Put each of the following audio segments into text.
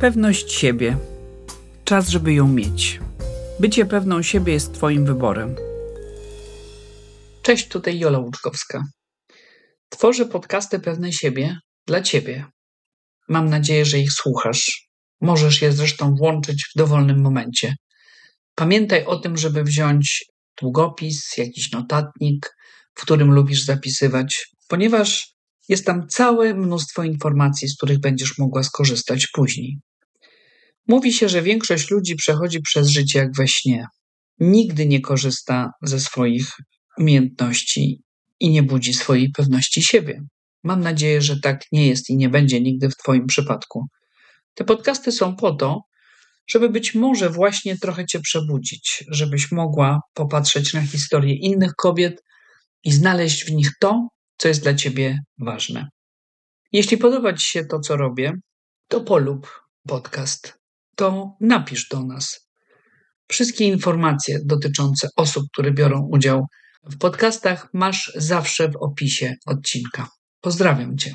Pewność siebie. Czas, żeby ją mieć. Bycie pewną siebie jest Twoim wyborem. Cześć, tutaj Jola Łuczkowska. Tworzę podcasty Pewnej siebie dla Ciebie. Mam nadzieję, że ich słuchasz. Możesz je zresztą włączyć w dowolnym momencie. Pamiętaj o tym, żeby wziąć długopis, jakiś notatnik, w którym lubisz zapisywać, ponieważ jest tam całe mnóstwo informacji, z których będziesz mogła skorzystać później. Mówi się, że większość ludzi przechodzi przez życie jak we śnie. Nigdy nie korzysta ze swoich umiejętności i nie budzi swojej pewności siebie. Mam nadzieję, że tak nie jest i nie będzie nigdy w Twoim przypadku. Te podcasty są po to, żeby być może właśnie trochę Cię przebudzić, żebyś mogła popatrzeć na historię innych kobiet i znaleźć w nich to, co jest dla Ciebie ważne. Jeśli podoba Ci się to, co robię, to polub podcast, to napisz do nas. Wszystkie informacje dotyczące osób, które biorą udział w podcastach, masz zawsze w opisie odcinka. Pozdrawiam Cię.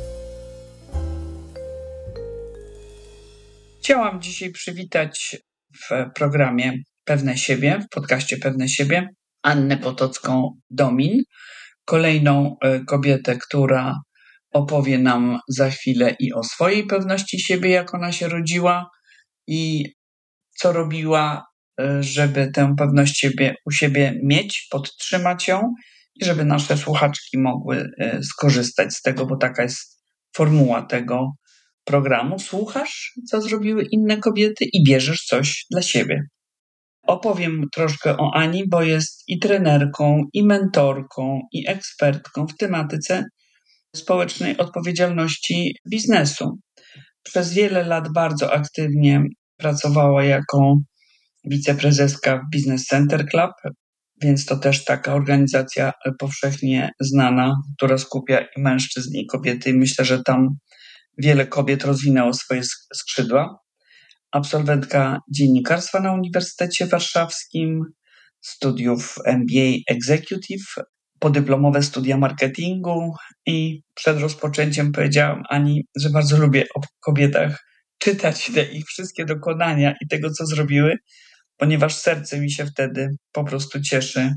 Chciałam dzisiaj przywitać w programie Pewne siebie, w podcaście Pewne siebie, Annę Potocką-Domin, kolejną kobietę, która opowie nam za chwilę i o swojej pewności siebie, jak ona się rodziła i co robiła, żeby tę pewność siebie u siebie mieć, podtrzymać ją i żeby nasze słuchaczki mogły skorzystać z tego, bo taka jest formuła tego programu. Słuchasz, co zrobiły inne kobiety i bierzesz coś dla siebie. Opowiem troszkę o Ani, bo jest i trenerką, i mentorką, i ekspertką w tematyce społecznej odpowiedzialności biznesu. Przez wiele lat bardzo aktywnie pracowała jako wiceprezeska w Business Center Club, więc to też taka organizacja powszechnie znana, która skupia i mężczyzn, i kobiety. Myślę, że tam wiele kobiet rozwinęło swoje skrzydła. Absolwentka dziennikarstwa na Uniwersytecie Warszawskim, studiów MBA Executive, podyplomowe studia marketingu i przed rozpoczęciem powiedziałam Ani, że bardzo lubię o kobietach czytać te ich wszystkie dokonania i tego, co zrobiły, ponieważ serce mi się wtedy po prostu cieszy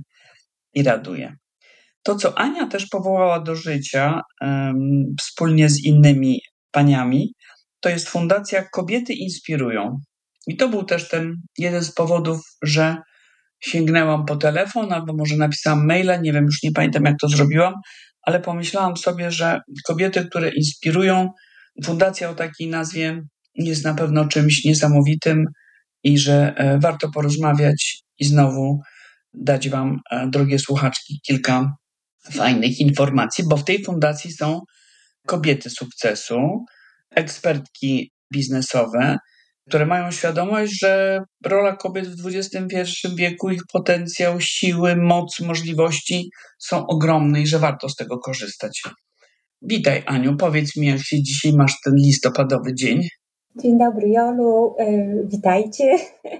i raduje. To, co Ania też powołała do życia wspólnie z innymi paniami, to jest Fundacja Kobiety Inspirują. I to był też ten jeden z powodów, że sięgnęłam po telefon albo może napisałam maila, nie wiem, już nie pamiętam jak to zrobiłam, ale pomyślałam sobie, że kobiety, które inspirują, fundacja o takiej nazwie jest na pewno czymś niesamowitym i że warto porozmawiać i znowu dać Wam, drogie słuchaczki, kilka fajnych informacji, bo w tej fundacji są kobiety sukcesu, ekspertki biznesowe, które mają świadomość, że rola kobiet w XXI wieku, ich potencjał, siły, moc, możliwości są ogromne i że warto z tego korzystać. Witaj, Aniu, powiedz mi, jak się dzisiaj masz ten listopadowy dzień? Dzień dobry, Jolu, witajcie.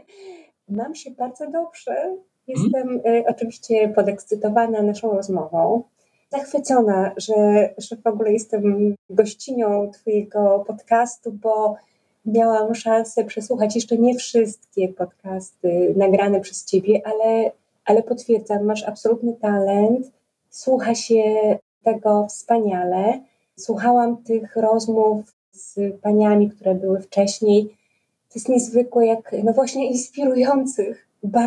Mam się bardzo dobrze. Jestem oczywiście podekscytowana naszą rozmową. Zachwycona, że w ogóle jestem gościnią Twojego podcastu, bo miałam szansę przesłuchać jeszcze nie wszystkie podcasty nagrane przez Ciebie, ale potwierdzam, masz absolutny talent. Słucha się tego wspaniale. Słuchałam tych rozmów z paniami, które były wcześniej. To jest niezwykłe, jak no właśnie inspirujących,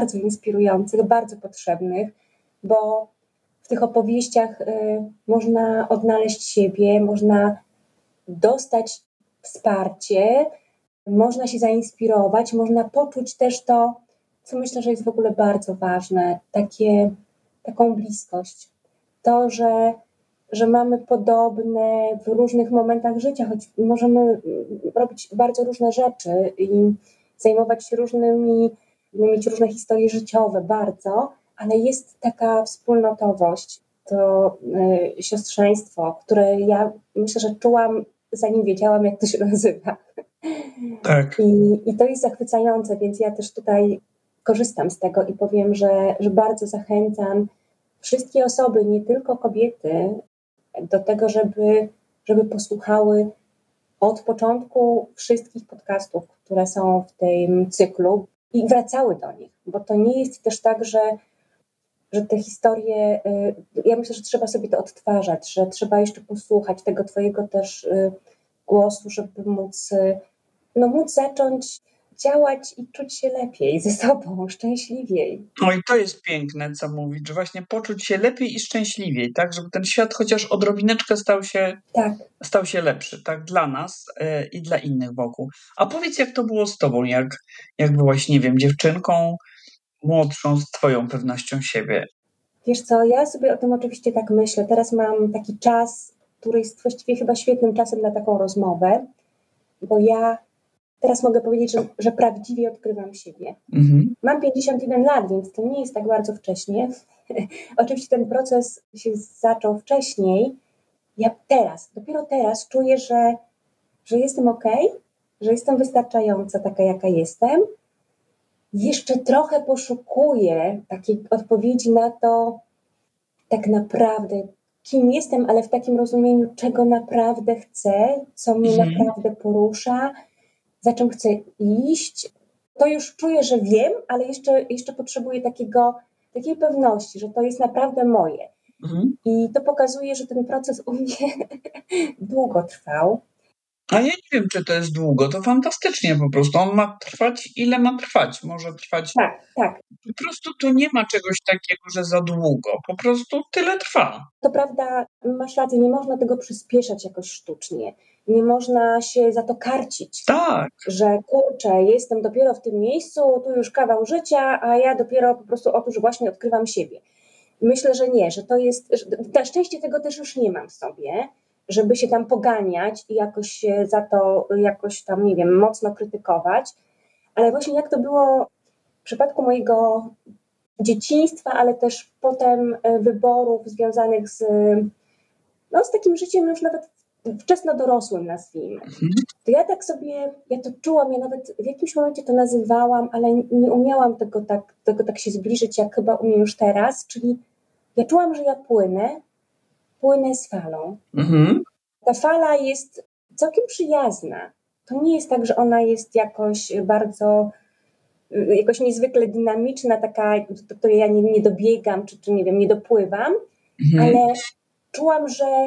bardzo potrzebnych, bo w tych opowieściach można odnaleźć siebie, można dostać wsparcie, można się zainspirować, można poczuć też to, co myślę, że jest w ogóle bardzo ważne, taką bliskość. To, że mamy podobne w różnych momentach życia, choć możemy robić bardzo różne rzeczy i zajmować się mieć różne historie życiowe bardzo, ale jest taka wspólnotowość, to siostrzeństwo, które ja myślę, że czułam, zanim wiedziałam, jak to się nazywa. Tak. I to jest zachwycające, więc ja też tutaj korzystam z tego i powiem, że bardzo zachęcam wszystkie osoby, nie tylko kobiety, do tego, żeby posłuchały od początku wszystkich podcastów, które są w tym cyklu i wracały do nich, bo to nie jest też tak, że te historie, ja myślę, że trzeba sobie to odtwarzać, że trzeba jeszcze posłuchać tego twojego też głosu, żeby móc zacząć działać i czuć się lepiej ze sobą, szczęśliwiej. No i to jest piękne, co mówić, że właśnie poczuć się lepiej i szczęśliwiej, tak, żeby ten świat chociaż odrobineczkę stał się lepszy, tak, dla nas i dla innych wokół. A powiedz, jak to było z tobą, jak byłaś, nie wiem, dziewczynką młodszą z twoją pewnością siebie? Wiesz co, ja sobie o tym oczywiście tak myślę. Teraz mam taki czas, który jest właściwie chyba świetnym czasem na taką rozmowę, bo ja teraz mogę powiedzieć, że prawdziwie odkrywam siebie. Mhm. Mam 51 lat, więc to nie jest tak bardzo wcześnie. Oczywiście ten proces się zaczął wcześniej. Ja dopiero teraz czuję, że jestem okej, że jestem wystarczająca taka, jaka jestem. Jeszcze trochę poszukuję takiej odpowiedzi na to, tak naprawdę, kim jestem, ale w takim rozumieniu, czego naprawdę chcę, co mnie naprawdę porusza, za czym chcę iść. To już czuję, że wiem, ale jeszcze potrzebuję takiej pewności, że to jest naprawdę moje. Mhm. I to pokazuje, że ten proces u mnie długo trwał. A ja nie wiem, czy to jest długo, to fantastycznie po prostu. On ma trwać, ile ma trwać. Może trwać. Tak. Po prostu tu nie ma czegoś takiego, że za długo. Po prostu tyle trwa. To prawda, masz rację, nie można tego przyspieszać jakoś sztucznie. Nie można się za to karcić. Tak. Że kurczę, jestem dopiero w tym miejscu, tu już kawał życia, a ja dopiero po prostu otóż właśnie odkrywam siebie. Myślę, że nie, że to jest, że na szczęście tego też już nie mam w sobie, żeby się tam poganiać i jakoś się za to jakoś tam, nie wiem, mocno krytykować, ale właśnie jak to było w przypadku mojego dzieciństwa, ale też potem wyborów związanych z takim życiem już nawet wczesno dorosłym, nazwijmy. To ja tak sobie, ja to czułam, ja nawet w jakimś momencie to nazywałam, ale nie umiałam tego tak się zbliżyć, jak chyba umiem już teraz, czyli ja czułam, że ja płynę z falą. Ta fala jest całkiem przyjazna. To nie jest tak, że ona jest jakoś niezwykle dynamiczna, taka, do której ja nie dobiegam, czy nie wiem, nie dopływam, ale czułam,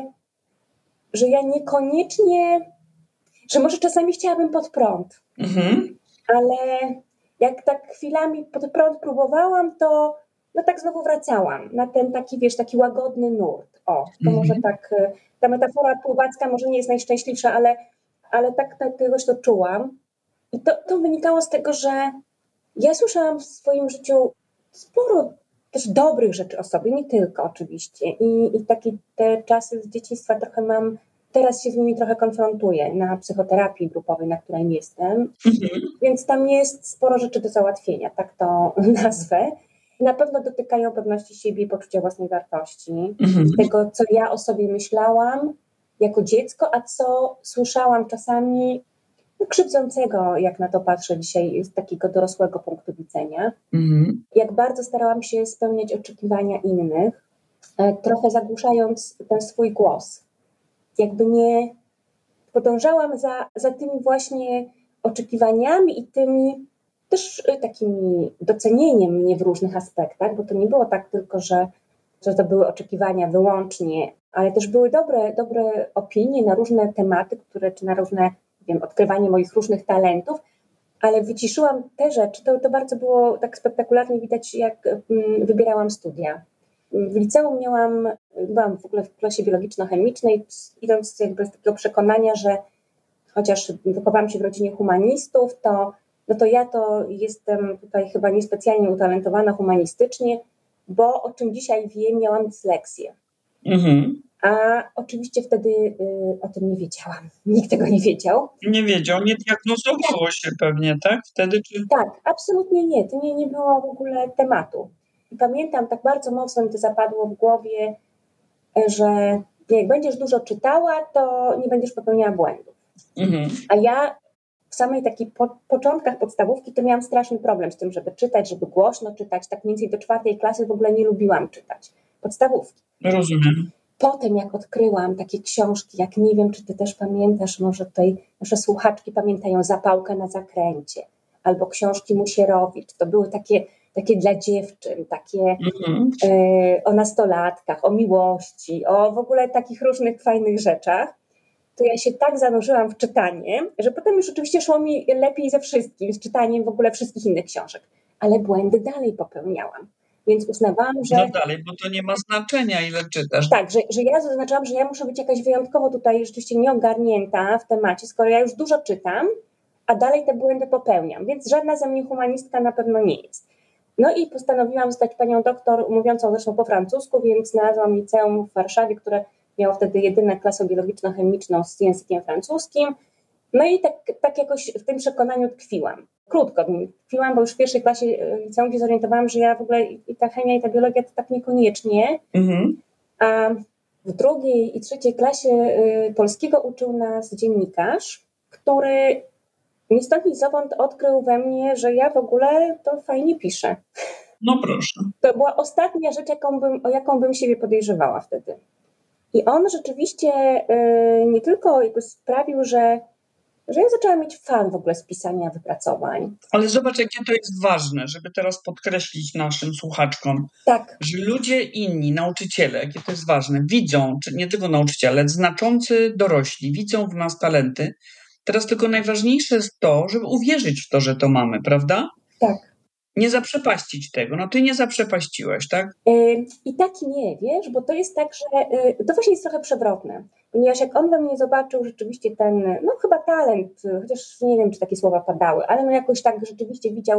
że ja niekoniecznie, że może czasami chciałabym pod prąd, ale jak tak chwilami pod prąd próbowałam, to tak znowu wracałam na ten taki, wiesz, taki łagodny nurt. To może tak, ta metafora pływacka może nie jest najszczęśliwsza, ale tak jakoś to czułam. I to wynikało z tego, że ja słyszałam w swoim życiu sporo też dobrych rzeczy o sobie, nie tylko oczywiście. I takie te czasy z dzieciństwa trochę mam, teraz się z nimi trochę konfrontuję na psychoterapii grupowej, na której jestem. Więc tam jest sporo rzeczy do załatwienia, tak to nazwę. Na pewno dotykają pewności siebie i poczucia własnej wartości. Tego, co ja o sobie myślałam jako dziecko, a co słyszałam czasami krzywdzącego, jak na to patrzę dzisiaj, z takiego dorosłego punktu widzenia. Jak bardzo starałam się spełniać oczekiwania innych, trochę zagłuszając ten swój głos. Jakby nie podążałam za tymi właśnie oczekiwaniami i tymi też takimi docenieniem mnie w różnych aspektach, bo to nie było tak tylko, że to były oczekiwania wyłącznie, ale też były dobre opinie na różne tematy, czy na różne, nie wiem, odkrywanie moich różnych talentów, ale wyciszyłam te rzeczy. To bardzo było tak spektakularnie widać, jak wybierałam studia. W liceum byłam w ogóle w klasie biologiczno-chemicznej, idąc jakby z takiego przekonania, że chociaż wychowałam się w rodzinie humanistów, to ja to jestem tutaj chyba niespecjalnie utalentowana humanistycznie, bo o czym dzisiaj wiem, miałam dysleksję. A oczywiście wtedy o tym nie wiedziałam. Nikt tego nie wiedział. Nie wiedział, nie diagnozowało się pewnie, tak? Wtedy czy... Tak, absolutnie nie. To nie było w ogóle tematu. I pamiętam, tak bardzo mocno mi to zapadło w głowie, że jak będziesz dużo czytała, to nie będziesz popełniała błędów. A ja w samej takich początkach podstawówki to miałam straszny problem z tym, żeby czytać, żeby głośno czytać. Tak mniej więcej do 4. klasy w ogóle nie lubiłam czytać. Podstawówki. Rozumiem. Potem jak odkryłam takie książki, jak nie wiem, czy ty też pamiętasz, może tutaj nasze słuchaczki pamiętają Zapałkę na zakręcie, albo książki Musierowicz, to były takie dla dziewczyn, takie o nastolatkach, o miłości, o w ogóle takich różnych fajnych rzeczach, to ja się tak zanurzyłam w czytanie, że potem już oczywiście szło mi lepiej ze wszystkim, z czytaniem w ogóle wszystkich innych książek, ale błędy dalej popełniałam. Więc uznawałam, że... No dalej, bo to nie ma znaczenia, ile czytasz. Tak, że ja zaznaczałam, że ja muszę być jakaś wyjątkowo tutaj rzeczywiście nieogarnięta w temacie, skoro ja już dużo czytam, a dalej te błędy popełniam, więc żadna ze mnie humanistka na pewno nie jest. No i postanowiłam zostać panią doktor, mówiącą zresztą po francusku, więc znalazłam liceum w Warszawie, które miało wtedy jedyne klasę biologiczno-chemiczną z językiem francuskim. No i tak jakoś w tym przekonaniu tkwiłam. Krótko tkwiłam, bo już w pierwszej klasie liceum się zorientowałam, że ja w ogóle i ta chemia, i ta biologia to tak niekoniecznie. A w drugiej i trzeciej klasie polskiego uczył nas dziennikarz, który ni stąd ni zowąd odkrył we mnie, że ja w ogóle to fajnie piszę. No proszę. To była ostatnia rzecz, o jaką bym siebie podejrzewała wtedy. I on rzeczywiście nie tylko jakby sprawił, że ja zaczęłam mieć fan w ogóle z pisania wypracowań. Ale zobacz, jakie to jest ważne, żeby teraz podkreślić naszym słuchaczkom, tak, że ludzie inni, nauczyciele, jakie to jest ważne, widzą, czy nie tylko nauczyciele, ale znaczący dorośli, widzą w nas talenty. Teraz tylko najważniejsze jest to, żeby uwierzyć w to, że to mamy, prawda? Tak. Nie zaprzepaścić tego. No ty nie zaprzepaściłeś, tak? I tak i nie, wiesz, bo to jest tak, że to właśnie jest trochę przewrotne, ponieważ jak on we mnie zobaczył rzeczywiście ten, no chyba talent, chociaż nie wiem, czy takie słowa padały, ale no jakoś tak rzeczywiście widział,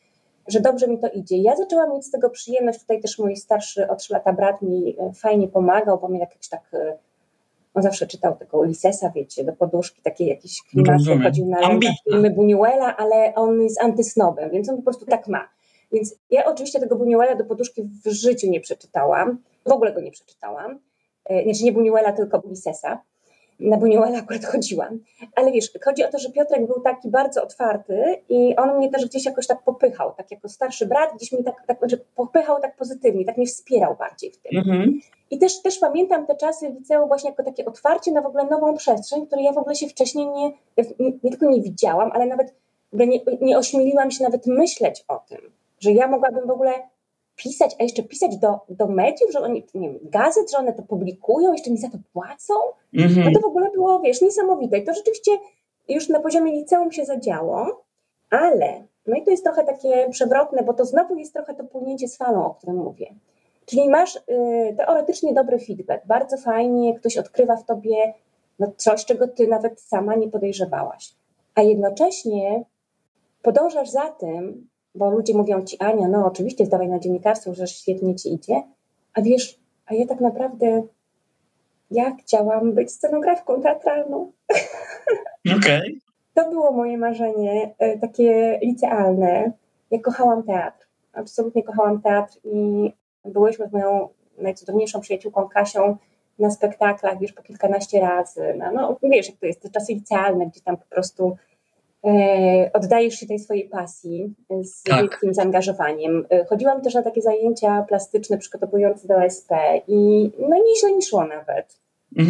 że dobrze mi to idzie. Ja zaczęłam mieć z tego przyjemność, tutaj też mój starszy o 3 lata brat mi fajnie pomagał, bo mnie jakoś tak, on zawsze czytał tego Ulyssesa, wiecie, do poduszki, takie jakieś klimaty, chodził na lękach filmy Buñuela, ale on jest antysnobem, więc on po prostu tak ma. Więc ja oczywiście tego Buñuela do poduszki w życiu nie przeczytałam, w ogóle go nie przeczytałam, znaczy nie Buñuela, tylko Ulyssesa. Na Buñuela akurat chodziłam. Ale wiesz, chodzi o to, że Piotrek był taki bardzo otwarty i on mnie też gdzieś jakoś tak popychał, tak jako starszy brat, gdzieś mnie tak popychał tak pozytywnie, tak mnie wspierał bardziej w tym. I też pamiętam te czasy w liceum właśnie jako takie otwarcie na w ogóle nową przestrzeń, której ja w ogóle się wcześniej nie tylko nie widziałam, ale nawet nie ośmieliłam się nawet myśleć o tym, że ja mogłabym w ogóle pisać, a jeszcze pisać do mediów, że oni, nie wiem, gazet, że one to publikują, jeszcze mi za to płacą. No to w ogóle było, wiesz, niesamowite. I to rzeczywiście już na poziomie liceum się zadziało, ale, no i to jest trochę takie przewrotne, bo to znowu jest trochę to płynięcie z falą, o którym mówię. Czyli masz teoretycznie dobry feedback, bardzo fajnie, ktoś odkrywa w tobie coś, czego ty nawet sama nie podejrzewałaś. A jednocześnie podążasz za tym, bo ludzie mówią ci, Ania, no oczywiście zdawaj na dziennikarstwo, że świetnie ci idzie, a wiesz, a ja tak naprawdę chciałam być scenografką teatralną. Okay. To było moje marzenie, takie licealne. Ja kochałam teatr, absolutnie kochałam teatr i byłyśmy z moją najcudowniejszą przyjaciółką Kasią na spektaklach, wiesz, po kilkanaście razy. No wiesz, jak to jest, te czasy licealne, gdzie tam po prostu oddajesz się tej swojej pasji z wielkim zaangażowaniem. Chodziłam też na takie zajęcia plastyczne przygotowujące do OSP i no nieźle mi szło nawet.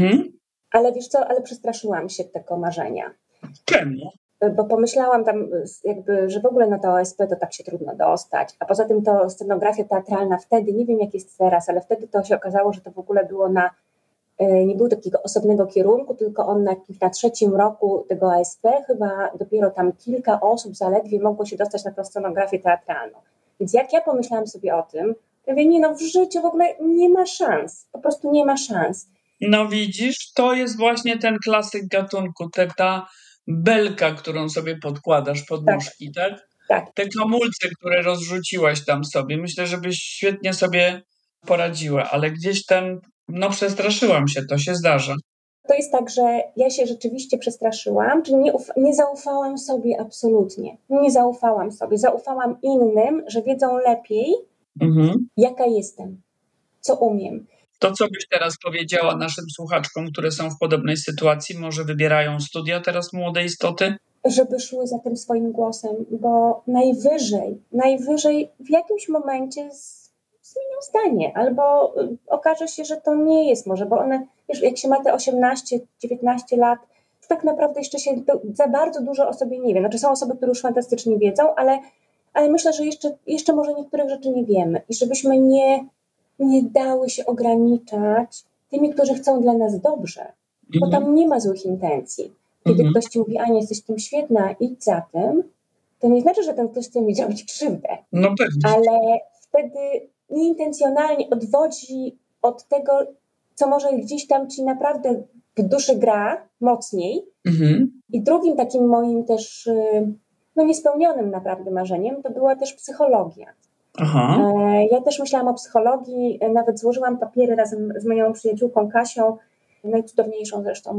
Ale wiesz co, ale przestraszyłam się tego marzenia. Czemu? Bo pomyślałam tam jakby, że w ogóle na to OSP to tak się trudno dostać, a poza tym to scenografia teatralna wtedy, nie wiem jak jest teraz, ale wtedy to się okazało, że to w ogóle było nie było takiego osobnego kierunku, tylko on na 3. roku tego ASP chyba dopiero tam kilka osób zaledwie mogło się dostać na tę scenografię teatralną. Więc jak ja pomyślałam sobie o tym, to mówię, nie no, w życiu w ogóle nie ma szans, po prostu nie ma szans. No widzisz, to jest właśnie ten klasyk gatunku, ta belka, którą sobie podkładasz pod nóżki, tak? Tak. Te hamulce, które rozrzuciłaś tam sobie. Myślę, żebyś świetnie sobie poradziła, ale gdzieś tam, no przestraszyłam się, to się zdarza. To jest tak, że ja się rzeczywiście przestraszyłam, czyli nie zaufałam sobie absolutnie. Nie zaufałam sobie. Zaufałam innym, że wiedzą lepiej, jaka jestem, co umiem. To co byś teraz powiedziała naszym słuchaczkom, które są w podobnej sytuacji, może wybierają studia teraz młode istoty? Żeby szły za tym swoim głosem, bo najwyżej w jakimś momencie zmienią zdanie, albo okaże się, że to nie jest może, bo one, wiesz, jak się ma te 18-19 lat, to tak naprawdę jeszcze się za bardzo dużo o sobie nie wie. Znaczy są osoby, które już fantastycznie wiedzą, ale myślę, że jeszcze może niektórych rzeczy nie wiemy i żebyśmy nie dały się ograniczać tymi, którzy chcą dla nas dobrze, bo tam nie ma złych intencji. Kiedy ktoś ci mówi, Ania, jesteś tym świetna, idź za tym, to nie znaczy, że ten ktoś chce mi zrobić krzywdę, No pewnie. ale wtedy nieintencjonalnie odwodzi od tego, co może gdzieś tam ci naprawdę w duszy gra mocniej. I drugim takim moim też niespełnionym naprawdę marzeniem to była też psychologia. Aha. Ja też myślałam o psychologii, nawet złożyłam papiery razem z moją przyjaciółką Kasią, najcudowniejszą zresztą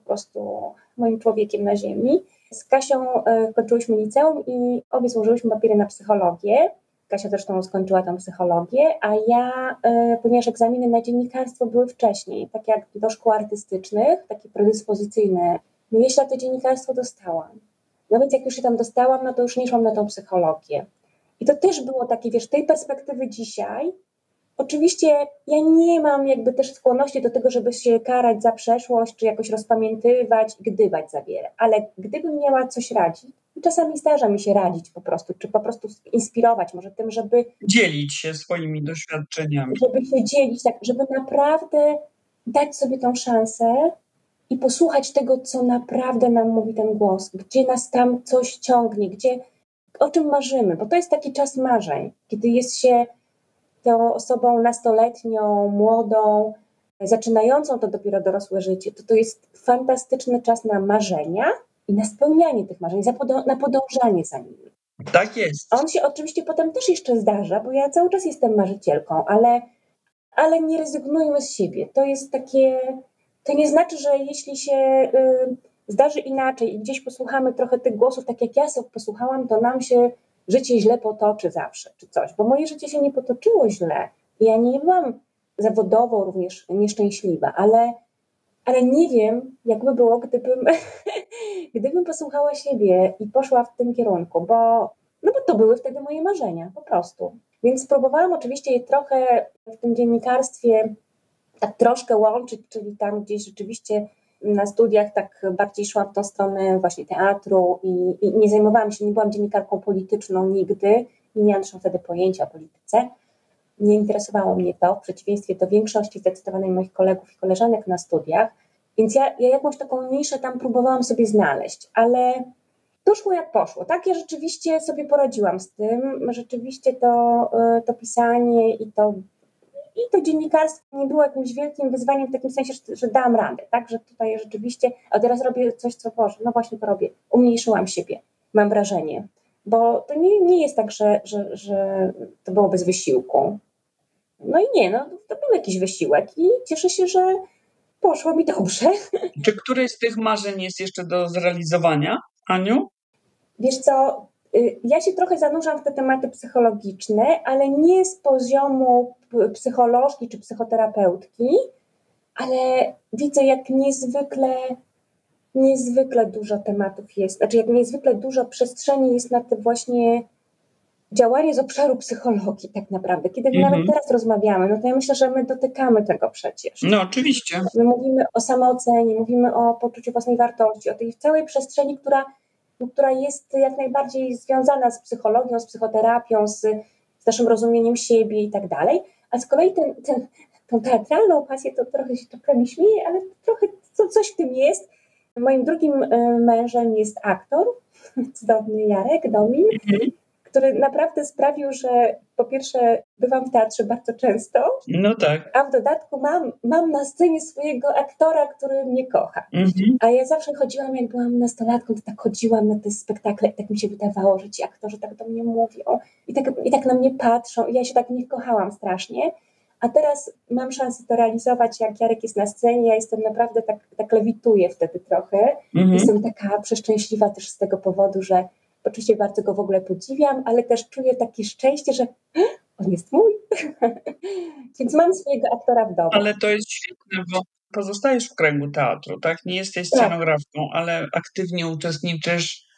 moim człowiekiem na ziemi. Z Kasią kończyłyśmy liceum i obie złożyłyśmy papiery na psychologię. Kasia zresztą skończyła tam psychologię, a ja, ponieważ egzaminy na dziennikarstwo były wcześniej, tak jak do szkół artystycznych, takie predyspozycyjne, ja to dziennikarstwo dostałam. No więc jak już się tam dostałam, no to już nie szłam na tą psychologię. I to też było takie, wiesz, tej perspektywy dzisiaj. Oczywiście ja nie mam jakby też skłonności do tego, żeby się karać za przeszłość, czy jakoś rozpamiętywać, gdybać za wiele. Ale gdybym miała coś radzić, czasami zdarza mi się radzić po prostu, czy po prostu inspirować może tym, żeby dzielić się swoimi doświadczeniami. Żeby się dzielić, tak, żeby naprawdę dać sobie tą szansę i posłuchać tego, co naprawdę nam mówi ten głos, gdzie nas tam coś ciągnie, o czym marzymy, bo to jest taki czas marzeń, kiedy jest się tą osobą nastoletnią, młodą, zaczynającą to dopiero dorosłe życie, to jest fantastyczny czas na marzenia i na spełnianie tych marzeń, na podążanie za nimi. Tak jest. On się oczywiście potem też jeszcze zdarza, bo ja cały czas jestem marzycielką, ale nie rezygnujmy z siebie. To jest takie, to nie znaczy, że jeśli się zdarzy inaczej i gdzieś posłuchamy trochę tych głosów, tak jak ja sobie posłuchałam, to nam się życie źle potoczy zawsze, czy coś, bo moje życie się nie potoczyło źle. Ja nie byłam zawodowo również nieszczęśliwa, ale nie wiem, jakby było, gdybym posłuchała siebie i poszła w tym kierunku, bo to były wtedy moje marzenia, po prostu. Więc próbowałam oczywiście je trochę w tym dziennikarstwie tak troszkę łączyć, czyli tam gdzieś rzeczywiście na studiach tak bardziej szłam w tą stronę właśnie teatru i nie zajmowałam się, nie byłam dziennikarką polityczną nigdy, nie miałam zresztą wtedy pojęcia o polityce. Nie interesowało mnie to, w przeciwieństwie do większości zdecydowanej moich kolegów i koleżanek na studiach. Więc ja jakąś taką niszę tam próbowałam sobie znaleźć, ale to szło jak poszło. Tak, ja rzeczywiście sobie poradziłam z tym. Rzeczywiście to pisanie i to dziennikarstwo nie było jakimś wielkim wyzwaniem w takim sensie, że dałam radę, tak, że tutaj rzeczywiście, a teraz robię coś, co Boże, no właśnie to robię. Umniejszyłam siebie, mam wrażenie. Bo to nie jest tak, że to było bez wysiłku. No i to był jakiś wysiłek i cieszę się, że poszło mi dobrze. Czy któreś z tych marzeń jest jeszcze do zrealizowania, Aniu? Wiesz co, ja się trochę zanurzam w te tematy psychologiczne, ale nie z poziomu psycholożki czy psychoterapeutki, ale widzę, jak niezwykle dużo tematów jest, znaczy jak niezwykle dużo przestrzeni jest na te właśnie działanie z obszaru psychologii tak naprawdę. Kiedy nawet teraz rozmawiamy, no to ja myślę, że my dotykamy tego przecież. No oczywiście. My mówimy o samoocenie, mówimy o poczuciu własnej wartości, o tej całej przestrzeni, która jest jak najbardziej związana z psychologią, z psychoterapią, z naszym rozumieniem siebie i tak dalej. A z kolei tą teatralną pasję to trochę mi śmieje, ale trochę coś w tym jest. Moim drugim mężem jest aktor, cudowny Jarek Domin, który naprawdę sprawił, że po pierwsze bywam w teatrze bardzo często, no tak. A w dodatku mam na scenie swojego aktora, który mnie kocha. A ja zawsze chodziłam, jak byłam nastolatką, to tak chodziłam na te spektakle i tak mi się wydawało, że ci aktorzy tak do mnie mówią i tak na mnie patrzą i ja się tak w nich kochałam strasznie. A teraz mam szansę to realizować, jak Jarek jest na scenie, ja jestem naprawdę tak lewituję wtedy trochę. Jestem taka przeszczęśliwa też z tego powodu, że oczywiście bardzo go w ogóle podziwiam, ale też czuję takie szczęście, że on jest mój. Więc mam swojego aktora w domu. Ale to jest świetne, bo pozostajesz w kręgu teatru, tak? Nie jesteś scenografką, ale aktywnie uczestniczysz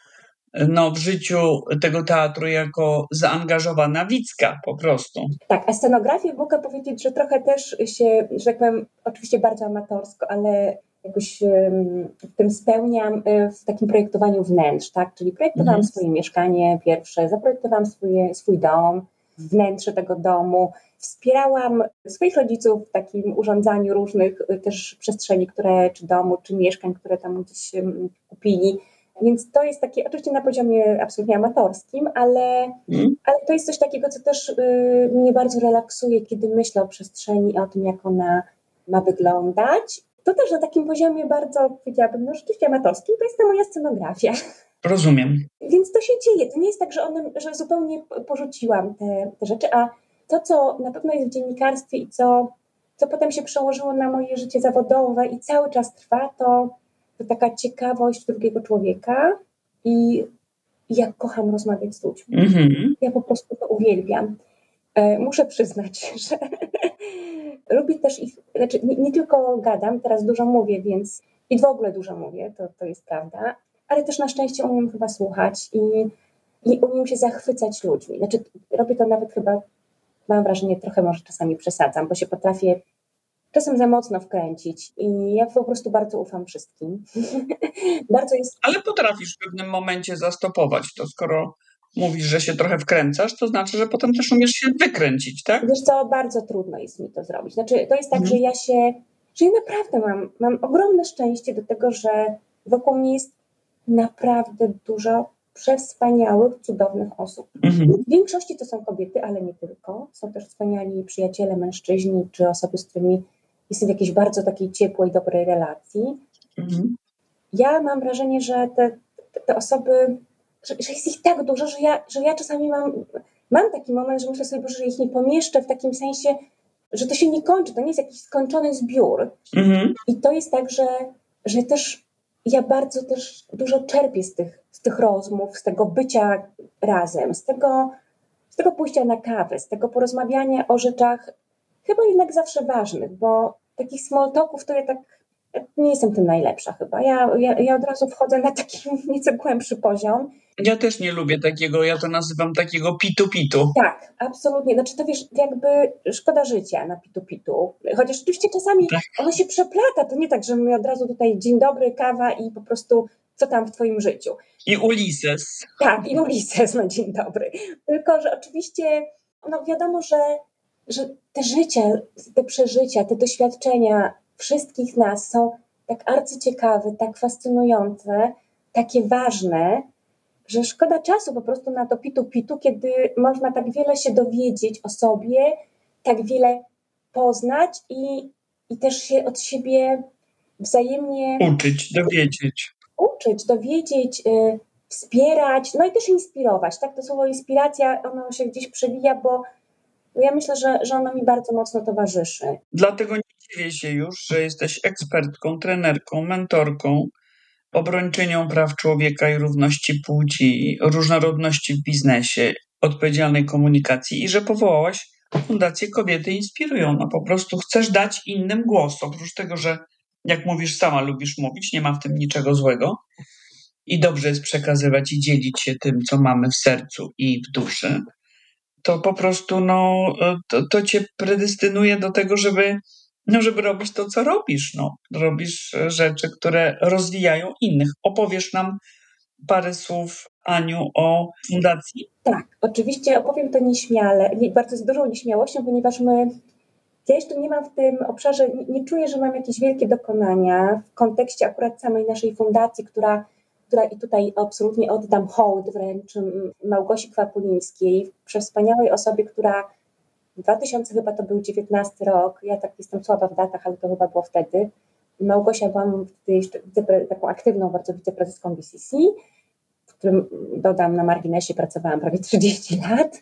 w życiu tego teatru jako zaangażowana widzka po prostu. Tak, a scenografię mogę powiedzieć, że trochę też się, że tak powiem, oczywiście bardzo amatorsko, ale jakoś w tym spełniam w takim projektowaniu wnętrz, tak? Czyli projektowałam swoje mieszkanie pierwsze, zaprojektowałam swój dom, wnętrze tego domu, wspierałam swoich rodziców w takim urządzaniu różnych też przestrzeni, czy domu, czy mieszkań, które tam gdzieś kupili. Więc to jest takie, oczywiście na poziomie absolutnie amatorskim, ale to jest coś takiego, co też mnie bardzo relaksuje, kiedy myślę o przestrzeni i o tym, jak ona ma wyglądać. To też na takim poziomie bardzo, powiedziałabym, rzeczywiście amatorskim, to jest ta moja scenografia. Rozumiem. Więc to się dzieje. To nie jest tak, że zupełnie porzuciłam te rzeczy, a to, co na pewno jest w dziennikarstwie i co potem się przełożyło na moje życie zawodowe i cały czas trwa, to taka ciekawość drugiego człowieka i jak kocham rozmawiać z ludźmi. Ja po prostu to uwielbiam. Muszę przyznać, że lubię też ich, znaczy nie tylko gadam, teraz dużo mówię, więc i w ogóle dużo mówię, to jest prawda, ale też na szczęście umiem chyba słuchać i umiem się zachwycać ludźmi. Znaczy robię to nawet chyba, mam wrażenie, trochę może czasami przesadzam, bo się potrafię czasem za mocno wkręcić i ja po prostu bardzo ufam wszystkim. Bardzo jest... Ale potrafisz w pewnym momencie zastopować to, skoro mówisz, że się trochę wkręcasz, to znaczy, że potem też umiesz się wykręcić, tak? Wiesz co, bardzo trudno jest mi to zrobić. Znaczy, to jest tak, że ja naprawdę mam ogromne szczęście do tego, że wokół mnie jest naprawdę dużo przewspaniałych, cudownych osób. W większości to są kobiety, ale nie tylko. Są też wspaniali przyjaciele, mężczyźni, czy osoby, z którymi jestem w jakiejś bardzo takiej ciepłej, dobrej relacji. Ja mam wrażenie, że te osoby, że jest ich tak dużo, że ja czasami mam taki moment, że myślę sobie, Boże, że ich nie pomieszczę w takim sensie, że to się nie kończy, to nie jest jakiś skończony zbiór. I to jest tak, że też ja bardzo też dużo czerpię z tych rozmów, z tego bycia razem, z tego pójścia na kawę, z tego porozmawiania o rzeczach chyba jednak zawsze ważnych, bo takich small talków to ja nie jestem tym najlepsza chyba. Ja od razu wchodzę na taki nieco głębszy poziom. Ja też nie lubię takiego, ja to nazywam takiego pitu-pitu. Tak, absolutnie. Znaczy to wiesz, jakby szkoda życia na pitu-pitu. Chociaż oczywiście czasami ono się przeplata. To nie tak, że my od razu tutaj dzień dobry, kawa i po prostu co tam w twoim życiu. I Ulises. Tak, i Ulises na dzień dobry. Tylko, że oczywiście wiadomo, że te życia, te przeżycia, te doświadczenia wszystkich nas są tak arcyciekawe, tak fascynujące, takie ważne, że szkoda czasu po prostu na to pitu-pitu, kiedy można tak wiele się dowiedzieć o sobie, tak wiele poznać i też się od siebie wzajemnie uczyć, dowiedzieć, wspierać, no i też inspirować. Tak, to słowo inspiracja, ono się gdzieś przewija, bo ja myślę, że ono mi bardzo mocno towarzyszy. Dlatego nie dziwię się już, że jesteś ekspertką, trenerką, mentorką, obrończynią praw człowieka i równości płci, różnorodności w biznesie, odpowiedzialnej komunikacji i że powołałaś Fundację Kobiety Inspirują. No po prostu chcesz dać innym głos. Oprócz tego, że jak mówisz, sama lubisz mówić, nie ma w tym niczego złego i dobrze jest przekazywać i dzielić się tym, co mamy w sercu i w duszy, to po prostu to cię predestynuje do tego, żeby robić to, co robisz. Robisz rzeczy, które rozwijają innych. Opowiesz nam parę słów, Aniu, o fundacji? Tak, oczywiście opowiem to nieśmiale, bardzo z dużą nieśmiałością, ponieważ ja jeszcze nie mam w tym obszarze, nie czuję, że mam jakieś wielkie dokonania w kontekście akurat samej naszej fundacji, która i tutaj absolutnie oddam hołd wręcz Małgosi Kwapulińskiej, przewspaniałej osobie, która 2000 chyba to był 19 rok, ja tak jestem słaba w datach, ale to chyba było wtedy. Małgosia byłam wtedy jeszcze taką aktywną bardzo wiceprezeską BCC, w którym dodam na marginesie pracowałam prawie 30 lat,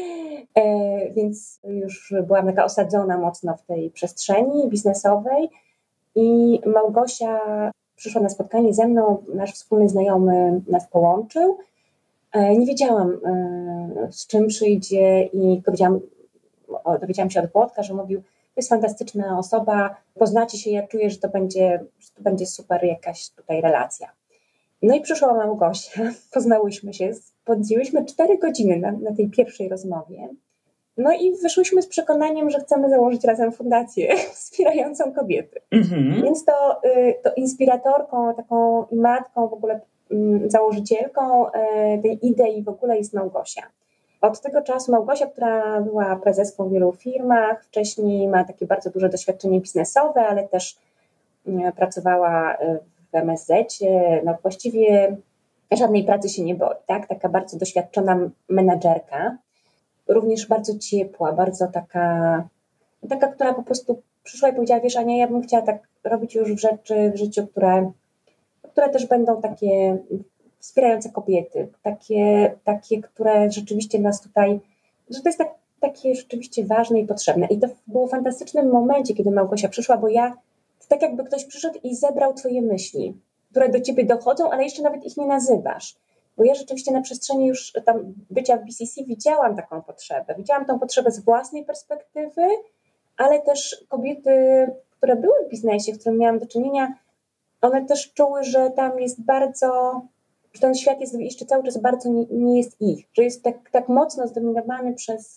więc już byłam taka osadzona mocno w tej przestrzeni biznesowej i Małgosia przyszła na spotkanie ze mną, nasz wspólny znajomy nas połączył. Nie wiedziałam, z czym przyjdzie i dowiedziałam się od Włodka, że mówił, to jest fantastyczna osoba, poznacie się, ja czuję, że to będzie super jakaś tutaj relacja. No i przyszła Małgosia, poznałyśmy się, spędziłyśmy 4 godziny na tej pierwszej rozmowie. No i wyszłyśmy z przekonaniem, że chcemy założyć razem fundację wspierającą kobiety. Więc to inspiratorką taką i matką, w ogóle założycielką tej idei w ogóle jest Małgosia. Od tego czasu Małgosia, która była prezeską w wielu firmach, wcześniej ma takie bardzo duże doświadczenie biznesowe, ale też pracowała w MSZ-cie, no właściwie żadnej pracy się nie boi, tak? Taka bardzo doświadczona menadżerka, również bardzo ciepła, bardzo taka, która po prostu przyszła i powiedziała, wiesz Ania, ja bym chciała tak robić już rzeczy w życiu, które też będą takie wspierające kobiety, takie, które rzeczywiście nas tutaj, że to jest takie rzeczywiście ważne i potrzebne. I to było w fantastycznym momencie, kiedy Małgosia przyszła, bo to tak jakby ktoś przyszedł i zebrał twoje myśli, które do ciebie dochodzą, ale jeszcze nawet ich nie nazywasz. Bo ja rzeczywiście na przestrzeni już tam bycia w BCC widziałam taką potrzebę. Widziałam tą potrzebę z własnej perspektywy, ale też kobiety, które były w biznesie, z którym miałam do czynienia, one też czuły, że tam jest bardzo, że ten świat jest jeszcze cały czas bardzo nie jest ich, że jest tak mocno zdominowany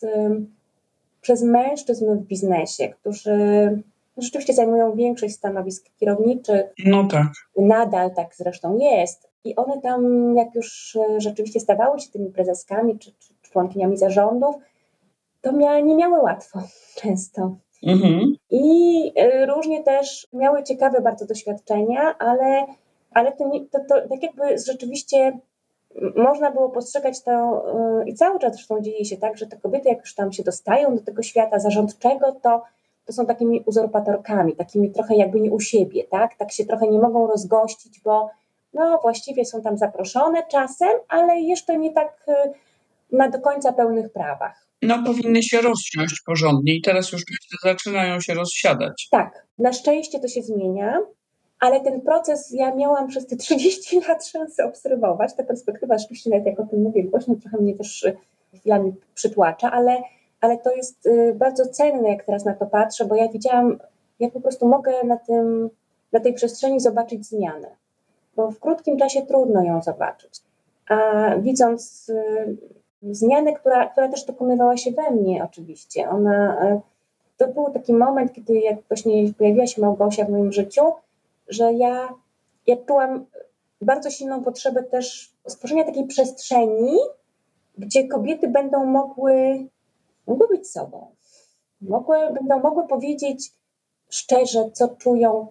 przez mężczyzn w biznesie, którzy rzeczywiście zajmują większość stanowisk kierowniczych. No tak. Nadal tak zresztą jest. I one tam, jak już rzeczywiście stawały się tymi prezeskami czy członkiniami zarządów, to nie miały łatwo często. I różnie też miały ciekawe bardzo doświadczenia, ale to tak jakby rzeczywiście można było postrzegać to i cały czas zresztą dzieje się tak, że te kobiety jak już tam się dostają do tego świata zarządczego, to są takimi uzurpatorkami, takimi trochę jakby nie u siebie, tak się trochę nie mogą rozgościć, bo no właściwie są tam zaproszone czasem, ale jeszcze nie tak na do końca pełnych prawach. No powinny się rozsiąść porządnie i teraz już zaczynają się rozsiadać. Tak, na szczęście to się zmienia, ale ten proces ja miałam przez te 30 lat szansę obserwować. Ta perspektywa rzeczywiście, nawet jak o tym mówię głośno, trochę mnie też chwilami przytłacza, ale to jest bardzo cenne, jak teraz na to patrzę, bo ja widziałam, jak po prostu mogę na tej przestrzeni zobaczyć zmianę, bo w krótkim czasie trudno ją zobaczyć. A widząc zmianę, która też dokonywała się we mnie oczywiście, to był taki moment, kiedy jak właśnie pojawiła się Małgosia w moim życiu, że ja czułam bardzo silną potrzebę też stworzenia takiej przestrzeni, gdzie kobiety będą mogły być sobą. Będą mogły powiedzieć szczerze, co czują,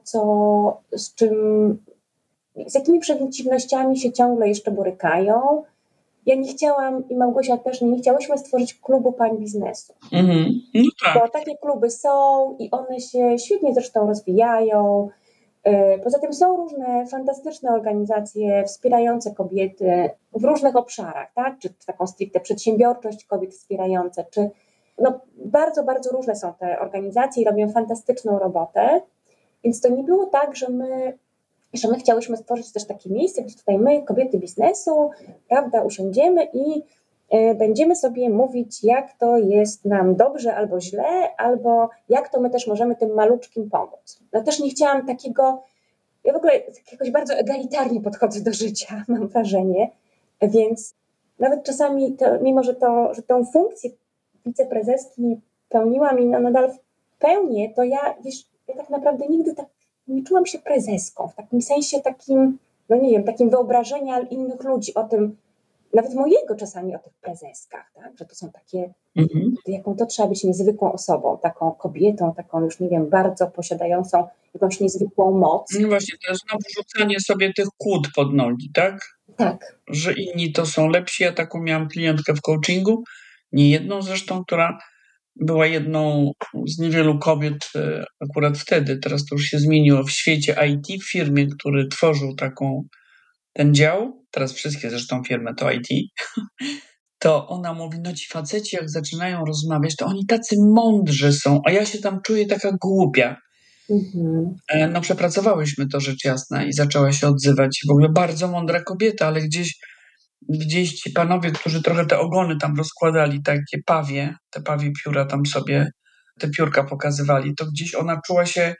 z jakimi przeciwnościami się ciągle jeszcze borykają. Ja nie chciałam i Małgosia też nie chciałyśmy stworzyć klubu pań biznesu. No tak. Bo takie kluby są i one się świetnie zresztą rozwijają. Poza tym są różne fantastyczne organizacje wspierające kobiety w różnych obszarach, tak? Czy taką stricte przedsiębiorczość kobiet wspierające, czy bardzo, bardzo różne są te organizacje i robią fantastyczną robotę. Więc to nie było tak, że my chciałyśmy stworzyć też takie miejsce, gdzie tutaj my, kobiety biznesu, prawda, usiądziemy i będziemy sobie mówić, jak to jest nam dobrze albo źle, albo jak to my też możemy tym maluczkim pomóc. No też nie chciałam ja w ogóle jakoś bardzo egalitarnie podchodzę do życia, mam wrażenie, więc nawet czasami, mimo że tą funkcję wiceprezeski pełniłam i nadal pełnię, to ja tak naprawdę nigdy tak nie czułam się prezeską, w takim sensie takim, no nie wiem, takim wyobrażenia innych ludzi o tym, nawet mojego czasami o tych prezeskach, tak? Że to są takie, jaką to trzeba być niezwykłą osobą, taką kobietą, taką już nie wiem, bardzo posiadającą jakąś niezwykłą moc. No właśnie, to jest znowu rzucanie sobie tych kłód pod nogi, tak? Tak. Że inni to są lepsi. Ja taką miałam klientkę w coachingu, nie jedną zresztą, która była jedną z niewielu kobiet akurat wtedy, teraz to już się zmieniło, w świecie IT, w firmie, który tworzył ten dział, teraz wszystkie zresztą firmy to IT, to ona mówi, no ci faceci jak zaczynają rozmawiać, to oni tacy mądrzy są, a ja się tam czuję taka głupia. No przepracowałyśmy to rzecz jasna i zaczęła się odzywać. W ogóle bardzo mądra kobieta, ale gdzieś ci panowie, którzy trochę te ogony tam rozkładali, te pawie pióra tam sobie, te piórka pokazywali, to gdzieś ona czuła się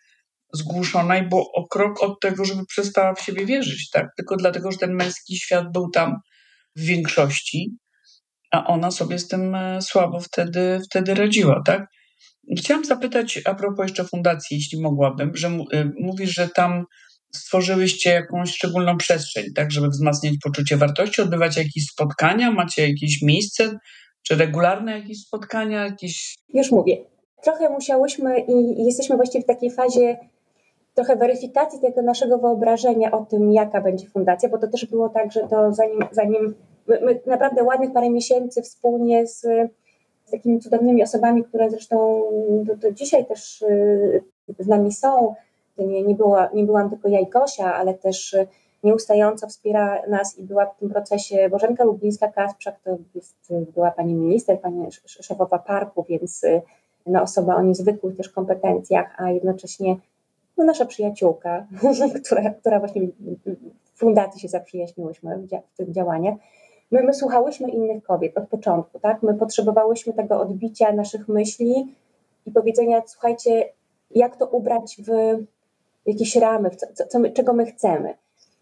zgłuszona i było o krok od tego, żeby przestała w siebie wierzyć, tak? Tylko dlatego, że ten męski świat był tam w większości, a ona sobie z tym słabo wtedy radziła, tak? Chciałam zapytać a propos jeszcze fundacji, jeśli mogłabym, że mówisz, że tam stworzyłyście jakąś szczególną przestrzeń, tak, żeby wzmacniać poczucie wartości, odbywacie jakieś spotkania, macie jakieś miejsce, czy regularne jakieś spotkania, jakieś... Już mówię. Trochę musiałyśmy i jesteśmy właściwie w takiej fazie trochę weryfikacji tego naszego wyobrażenia o tym, jaka będzie fundacja, bo to też było tak, że to zanim my naprawdę ładnych parę miesięcy wspólnie z takimi cudownymi osobami, które zresztą do dzisiaj też z nami są. Nie byłam tylko ja i Gosia, ale też nieustająco wspiera nas i była w tym procesie Bożenka Lublińska-Kasprzak, to była pani minister, pani szefowa parku, więc osoba o niezwykłych też kompetencjach, a jednocześnie nasza przyjaciółka, która właśnie w fundacji się zaprzyjaźniłyśmy w tych działaniach. My słuchałyśmy innych kobiet od początku, tak? My potrzebowałyśmy tego odbicia naszych myśli i powiedzenia, słuchajcie, jak to ubrać w jakieś ramy, czego my chcemy.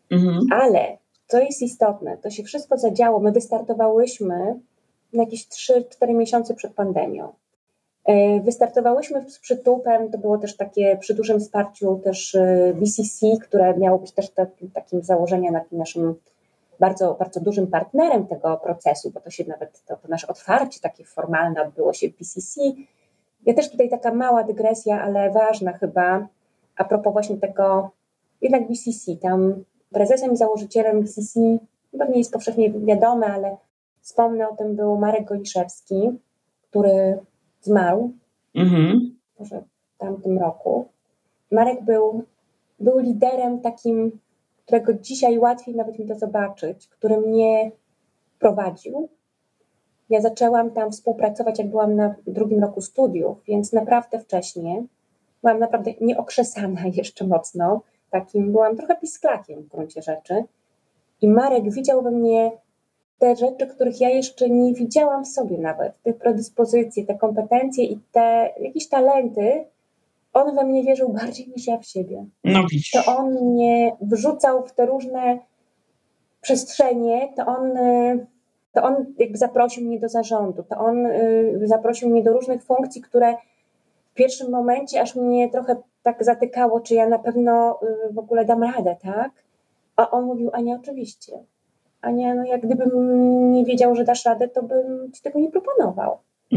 Ale co jest istotne, to się wszystko zadziało. My wystartowałyśmy na jakieś 3-4 miesiące przed pandemią. Wystartowałyśmy z przytupem, to było też takie przy dużym wsparciu też BCC, które miało być też takim założeniem, naszym bardzo, bardzo dużym partnerem tego procesu, bo to się nawet, to nasze otwarcie takie formalne odbyło się w BCC. Ja też tutaj taka mała dygresja, ale ważna chyba, a propos właśnie tego, jednak BCC, tam prezesem i założycielem BCC, pewnie jest powszechnie wiadome, ale wspomnę o tym, był Marek Goliszewski, który zmarł może w tamtym roku. Marek był liderem takim, którego dzisiaj łatwiej nawet mi to zobaczyć, który mnie prowadził. Ja zaczęłam tam współpracować, jak byłam na 2. roku studiów, więc naprawdę wcześnie. Byłam naprawdę nieokrzesana jeszcze mocno. Byłam trochę pisklakiem w gruncie rzeczy. I Marek widział we mnie te rzeczy, których ja jeszcze nie widziałam w sobie nawet. Te predyspozycje, te kompetencje i te jakieś talenty. On we mnie wierzył bardziej niż ja w siebie. No widzisz. To on mnie wrzucał w te różne przestrzenie, to on jakby zaprosił mnie do zarządu, to on zaprosił mnie do różnych funkcji, które w pierwszym momencie aż mnie trochę tak zatykało, czy ja na pewno w ogóle dam radę, tak? A on mówił, Ania, oczywiście. Ania, no jak gdybym nie wiedział, że dasz radę, to bym ci tego nie proponował.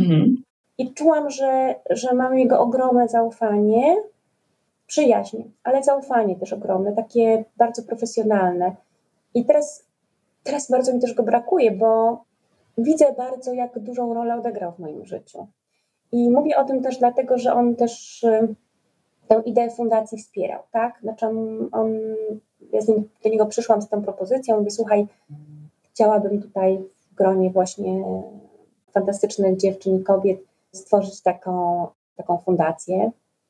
I czułam, że mam jego ogromne zaufanie, przyjaźń, ale zaufanie też ogromne, takie bardzo profesjonalne. I teraz bardzo mi też go brakuje, bo widzę bardzo, jak dużą rolę odegrał w moim życiu. I mówię o tym też dlatego, że on też tę ideę fundacji wspierał, tak? Znaczy ja do niego przyszłam z tą propozycją, mówię, słuchaj, chciałabym tutaj w gronie właśnie fantastycznych dziewczyn i kobiet stworzyć taką fundację,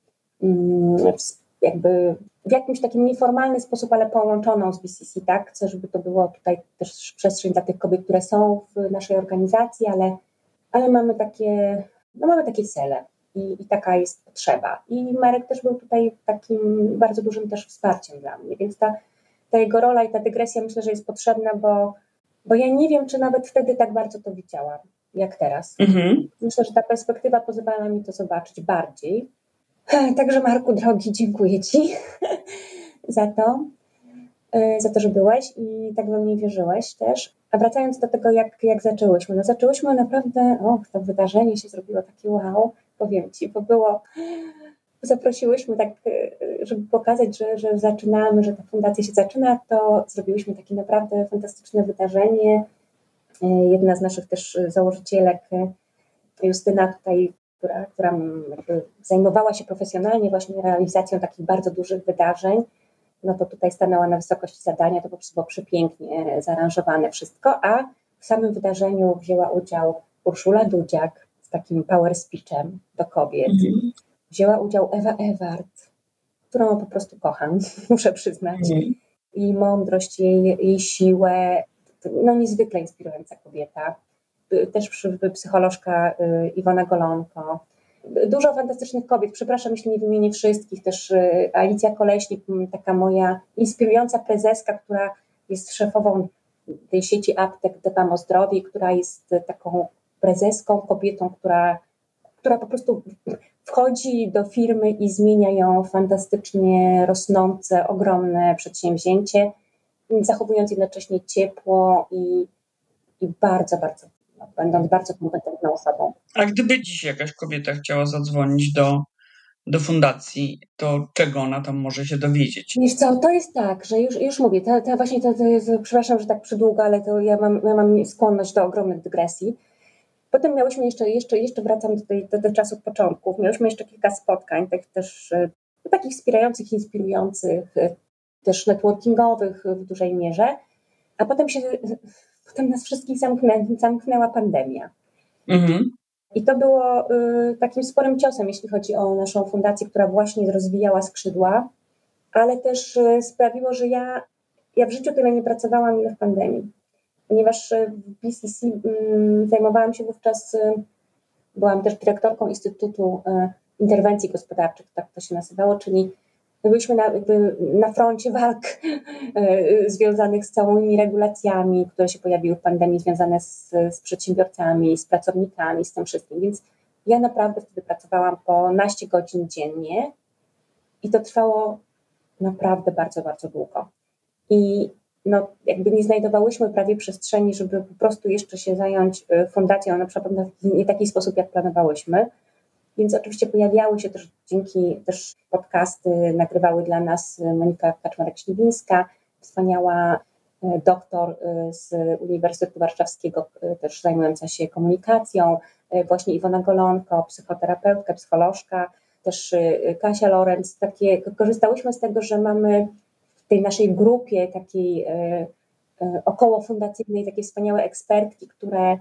jakby w jakimś takim nieformalny sposób, ale połączoną z BCC, tak? Chcę, żeby to było tutaj też przestrzeń dla tych kobiet, które są w naszej organizacji, ale mamy takie cele i taka jest potrzeba. I Marek też był tutaj takim bardzo dużym też wsparciem dla mnie, więc ta jego rola i ta dygresja myślę, że jest potrzebna, bo ja nie wiem, czy nawet wtedy tak bardzo to widziałam, jak teraz. Myślę, że ta perspektywa pozwala mi to zobaczyć bardziej. Także Marku, drogi, dziękuję Ci za to, że byłeś i tak we mnie wierzyłeś też. A wracając do tego, jak zaczęłyśmy. No zaczęłyśmy naprawdę, to wydarzenie się zrobiło takie wow, powiem Ci, bo zaprosiłyśmy tak, żeby pokazać, że zaczynamy, że ta fundacja się zaczyna, to zrobiłyśmy takie naprawdę fantastyczne wydarzenie. Jedna z naszych też założycielek, Justyna tutaj, która zajmowała się profesjonalnie właśnie realizacją takich bardzo dużych wydarzeń, no to tutaj stanęła na wysokości zadania, to po prostu było przepięknie zaaranżowane wszystko, a w samym wydarzeniu wzięła udział Urszula Dudziak z takim power speechem do kobiet. Wzięła udział Ewa Ewart, którą po prostu kocham, muszę przyznać. I mądrość, jej siłę, no niezwykle inspirująca kobieta. Też psycholożka Iwona Golonko. dużo fantastycznych kobiet. Przepraszam, jeśli nie wymienię wszystkich. Też Alicja Koleśnik, taka moja inspirująca prezeska, która jest szefową tej sieci aptek Dbam o zdrowie, która jest taką prezeską, kobietą, która po prostu wchodzi do firmy i zmienia ją fantastycznie rosnące, ogromne przedsięwzięcie, zachowując jednocześnie ciepło i bardzo, bardzo, będąc bardzo kompetentną osobą. A gdyby dziś jakaś kobieta chciała zadzwonić do fundacji, to czego ona tam może się dowiedzieć? Wiesz co, to jest tak, że już mówię, to jest, przepraszam, że tak przydługo, ale to ja mam skłonność do ogromnych dygresji. Potem miałyśmy jeszcze wracam do czasów początków, miałyśmy jeszcze kilka spotkań, takich wspierających, inspirujących, też networkingowych w dużej mierze, a potem nas wszystkich zamknęła pandemia. Mhm. I to było takim sporym ciosem, jeśli chodzi o naszą fundację, która właśnie rozwijała skrzydła, ale też sprawiło, że ja w życiu tyle nie pracowałam, ile w pandemii. Ponieważ w BCC zajmowałam się wówczas, byłam też dyrektorką Instytutu Interwencji Gospodarczych, tak to się nazywało, czyli byliśmy na froncie walk związanych z całymi regulacjami, które się pojawiły w pandemii, związane z przedsiębiorcami, z pracownikami, z tym wszystkim. Więc ja naprawdę wtedy pracowałam po naście godzin dziennie i to trwało naprawdę bardzo, bardzo długo. I jakby nie znajdowałyśmy prawie przestrzeni, żeby po prostu jeszcze się zająć fundacją, na przykład w nie taki sposób, jak planowałyśmy. Więc oczywiście pojawiały się też podcasty, nagrywały dla nas Monika Kaczmarek-Śliwińska, wspaniała doktor z Uniwersytetu Warszawskiego, też zajmująca się komunikacją, właśnie Iwona Golonko, psychoterapeutka, psycholożka, też Kasia Lorenz. Korzystałyśmy z tego, że mamy w tej naszej grupie takiej okołofundacyjnej takie wspaniałe ekspertki, które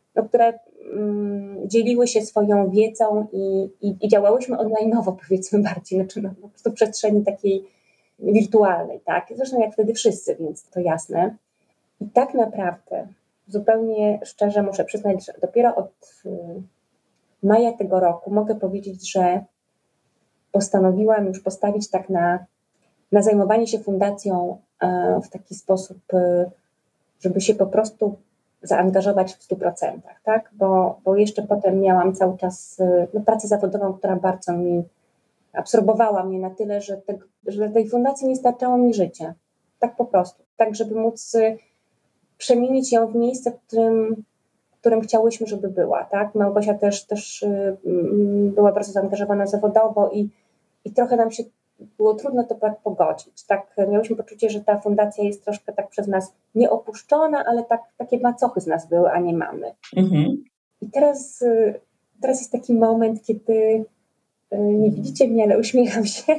dzieliły się swoją wiedzą i działałyśmy online'owo, powiedzmy bardziej, znaczy po prostu w przestrzeni takiej wirtualnej, tak? Zresztą jak wtedy wszyscy, więc to jasne. I tak naprawdę, zupełnie szczerze muszę przyznać, że dopiero od maja tego roku mogę powiedzieć, że postanowiłam już postawić tak na zajmowanie się fundacją w taki sposób, żeby się po prostu zaangażować w 100%, tak? Bo jeszcze potem miałam cały czas pracę zawodową, która bardzo absorbowała mnie na tyle, że tej fundacji nie starczało mi życia. Tak po prostu. Tak, żeby móc przemienić ją w miejsce, w którym chciałyśmy, żeby była, tak? Małgosia też była bardzo zaangażowana zawodowo i trochę nam się było trudno to tak pogodzić. Tak, miałyśmy poczucie, że ta fundacja jest troszkę tak przez nas nieopuszczona, ale takie macochy z nas były, a nie mamy. Mhm. I teraz jest taki moment, kiedy nie widzicie mnie, ale uśmiecham się,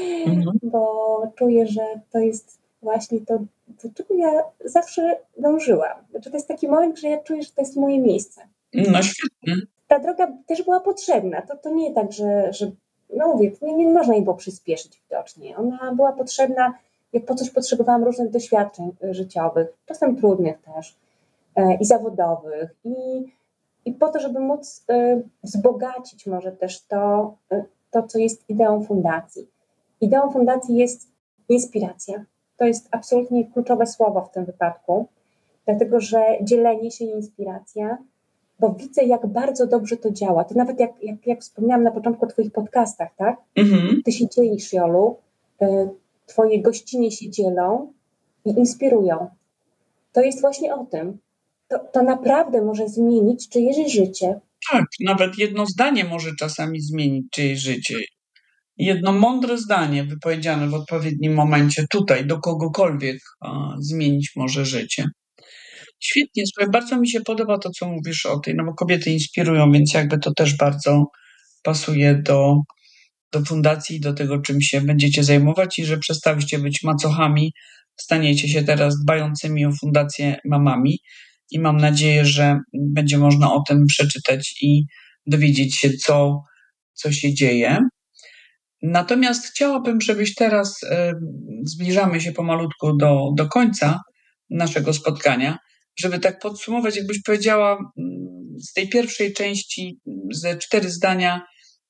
bo czuję, że to jest właśnie to, do czego ja zawsze dążyłam. Znaczy, to jest taki moment, że ja czuję, że to jest moje miejsce. No świetnie. Ta droga też była potrzebna. To nie tak, że mówię, nie można jej było przyspieszyć widocznie. Ona była potrzebna, jak po coś potrzebowałam różnych doświadczeń życiowych, czasem trudnych też i zawodowych i po to, żeby móc wzbogacić może też to, co jest ideą fundacji. Ideą fundacji jest inspiracja. To jest absolutnie kluczowe słowo w tym wypadku, dlatego że dzielenie się i inspiracja, bo widzę, jak bardzo dobrze to działa. To nawet jak wspomniałam na początku o twoich podcastach, tak? Ty się dzielisz, Jolu, twoje gościnie się dzielą i inspirują. To jest właśnie o tym. To naprawdę może zmienić czyjeś życie. Tak, nawet jedno zdanie może czasami zmienić czyjeś życie. Jedno mądre zdanie wypowiedziane w odpowiednim momencie tutaj do kogokolwiek zmienić może życie. Świetnie, słuchaj, bardzo mi się podoba to, co mówisz o tej, no bo kobiety inspirują, więc jakby to też bardzo pasuje do fundacji, do tego, czym się będziecie zajmować i że przestałyście być macochami, staniecie się teraz dbającymi o fundację mamami i mam nadzieję, że będzie można o tym przeczytać i dowiedzieć się, co się dzieje. Natomiast chciałabym, żebyś teraz, zbliżamy się pomalutku do końca naszego spotkania, żeby tak podsumować, jakbyś powiedziała z tej pierwszej części ze 4 zdania,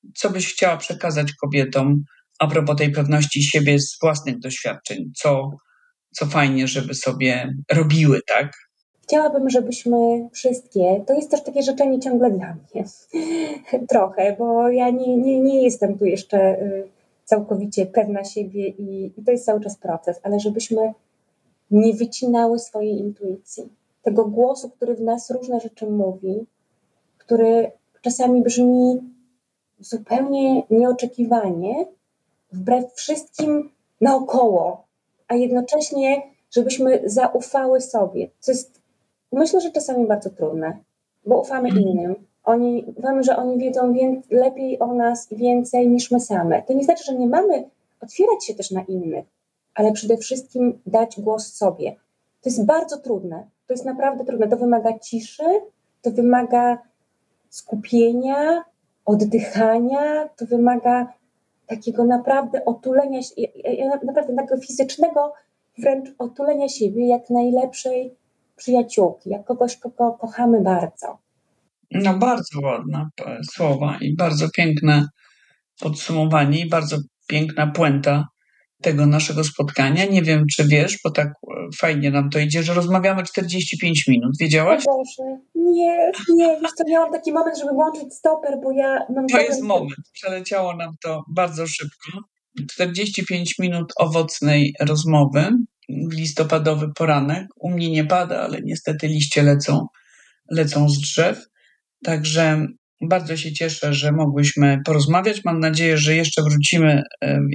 Co byś chciała przekazać kobietom a propos tej pewności siebie z własnych doświadczeń? Co fajnie, żeby sobie robiły, tak? Chciałabym, żebyśmy wszystkie, to jest też takie życzenie ciągle dla mnie, trochę, bo ja nie jestem tu jeszcze całkowicie pewna siebie i to jest cały czas proces, ale żebyśmy nie wycinały swojej intuicji, tego głosu, który w nas różne rzeczy mówi, który czasami brzmi zupełnie nieoczekiwanie, wbrew wszystkim naokoło, a jednocześnie, żebyśmy zaufały sobie, co jest, myślę, że czasami bardzo trudne, bo ufamy innym. Ufamy, że oni wiedzą lepiej o nas i więcej niż my same. To nie znaczy, że nie mamy otwierać się też na innych, ale przede wszystkim dać głos sobie. To jest bardzo trudne. To jest naprawdę trudne. To wymaga ciszy, to wymaga skupienia, oddychania, to wymaga takiego naprawdę otulenia się, naprawdę takiego fizycznego wręcz otulenia siebie jak najlepszej przyjaciółki, jak kogoś, kogo kochamy bardzo. No bardzo ładne słowa i bardzo piękne podsumowanie i bardzo piękna puenta tego naszego spotkania. Nie wiem, czy wiesz, bo tak fajnie nam to idzie, że rozmawiamy 45 minut. Wiedziałaś? O Boże, nie, wiesz co, miałam taki moment, żeby włączyć stoper, bo ja mam To jest moment. Przeleciało nam to bardzo szybko. 45 minut owocnej rozmowy w listopadowy poranek. U mnie nie pada, ale niestety liście lecą z drzew. Także bardzo się cieszę, że mogłyśmy porozmawiać. Mam nadzieję, że jeszcze wrócimy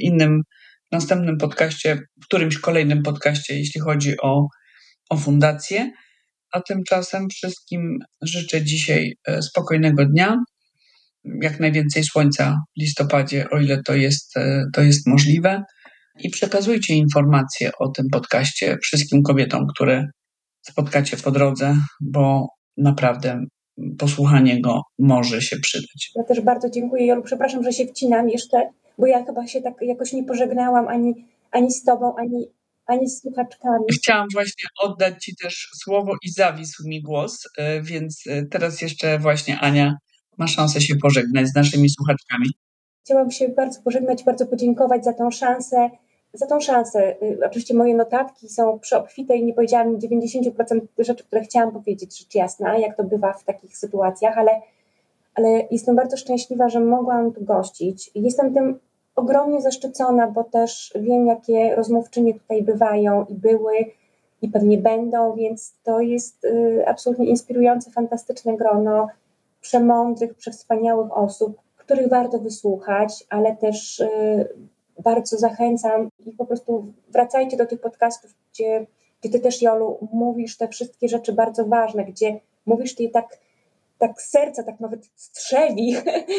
w następnym podcaście, w którymś kolejnym podcaście, jeśli chodzi o fundację. A tymczasem wszystkim życzę dzisiaj spokojnego dnia, jak najwięcej słońca w listopadzie, o ile to jest możliwe. I przekazujcie informacje o tym podcaście wszystkim kobietom, które spotkacie po drodze, bo naprawdę posłuchanie go może się przydać. Ja też bardzo dziękuję, Jolu. Przepraszam, że się wcinam jeszcze, bo ja chyba się tak jakoś nie pożegnałam ani z tobą, ani z słuchaczkami. Chciałam właśnie oddać ci też słowo i zawisł mi głos, więc teraz jeszcze właśnie Ania ma szansę się pożegnać z naszymi słuchaczkami. Chciałam się bardzo pożegnać, bardzo podziękować za tą szansę. Oczywiście moje notatki są przeobfite i nie powiedziałam 90% rzeczy, które chciałam powiedzieć, rzecz jasna, jak to bywa w takich sytuacjach, ale jestem bardzo szczęśliwa, że mogłam tu gościć. Jestem tym ogromnie zaszczycona, bo też wiem, jakie rozmówczynie tutaj bywają i były i pewnie będą, więc to jest absolutnie inspirujące, fantastyczne grono przemądrych, przewspaniałych osób, których warto wysłuchać, ale też bardzo zachęcam i po prostu wracajcie do tych podcastów, gdzie ty też, Jolu, mówisz te wszystkie rzeczy bardzo ważne, gdzie mówisz je tak serce, tak nawet strzeli,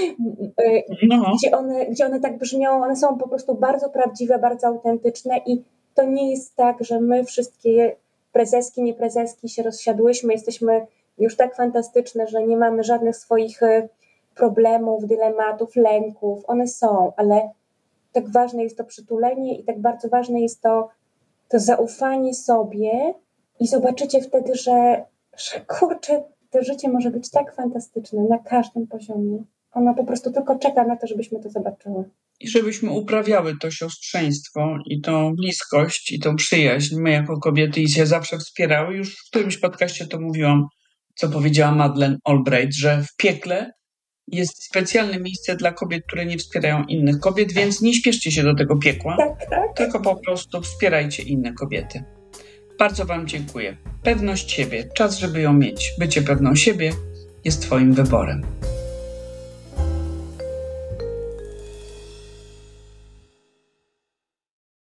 gdzie one tak brzmią, one są po prostu bardzo prawdziwe, bardzo autentyczne i to nie jest tak, że my wszystkie prezeski, nie prezeski się rozsiadłyśmy, jesteśmy już tak fantastyczne, że nie mamy żadnych swoich problemów, dylematów, lęków. One są, ale tak ważne jest to przytulenie i tak bardzo ważne jest to zaufanie sobie i zobaczycie wtedy, że kurczę, to życie może być tak fantastyczne na każdym poziomie. Ono po prostu tylko czeka na to, żebyśmy to zobaczyły. I żebyśmy uprawiały to siostrzeństwo i tą bliskość i tą przyjaźń. My jako kobiety i się zawsze wspierały. Już w którymś podcaście to mówiłam, co powiedziała Madeleine Albright, że w piekle jest specjalne miejsce dla kobiet, które nie wspierają innych kobiet, więc nie śpieszcie się do tego piekła, tylko po prostu wspierajcie inne kobiety. Bardzo Wam dziękuję. Pewność siebie, czas, żeby ją mieć. Bycie pewną siebie jest Twoim wyborem.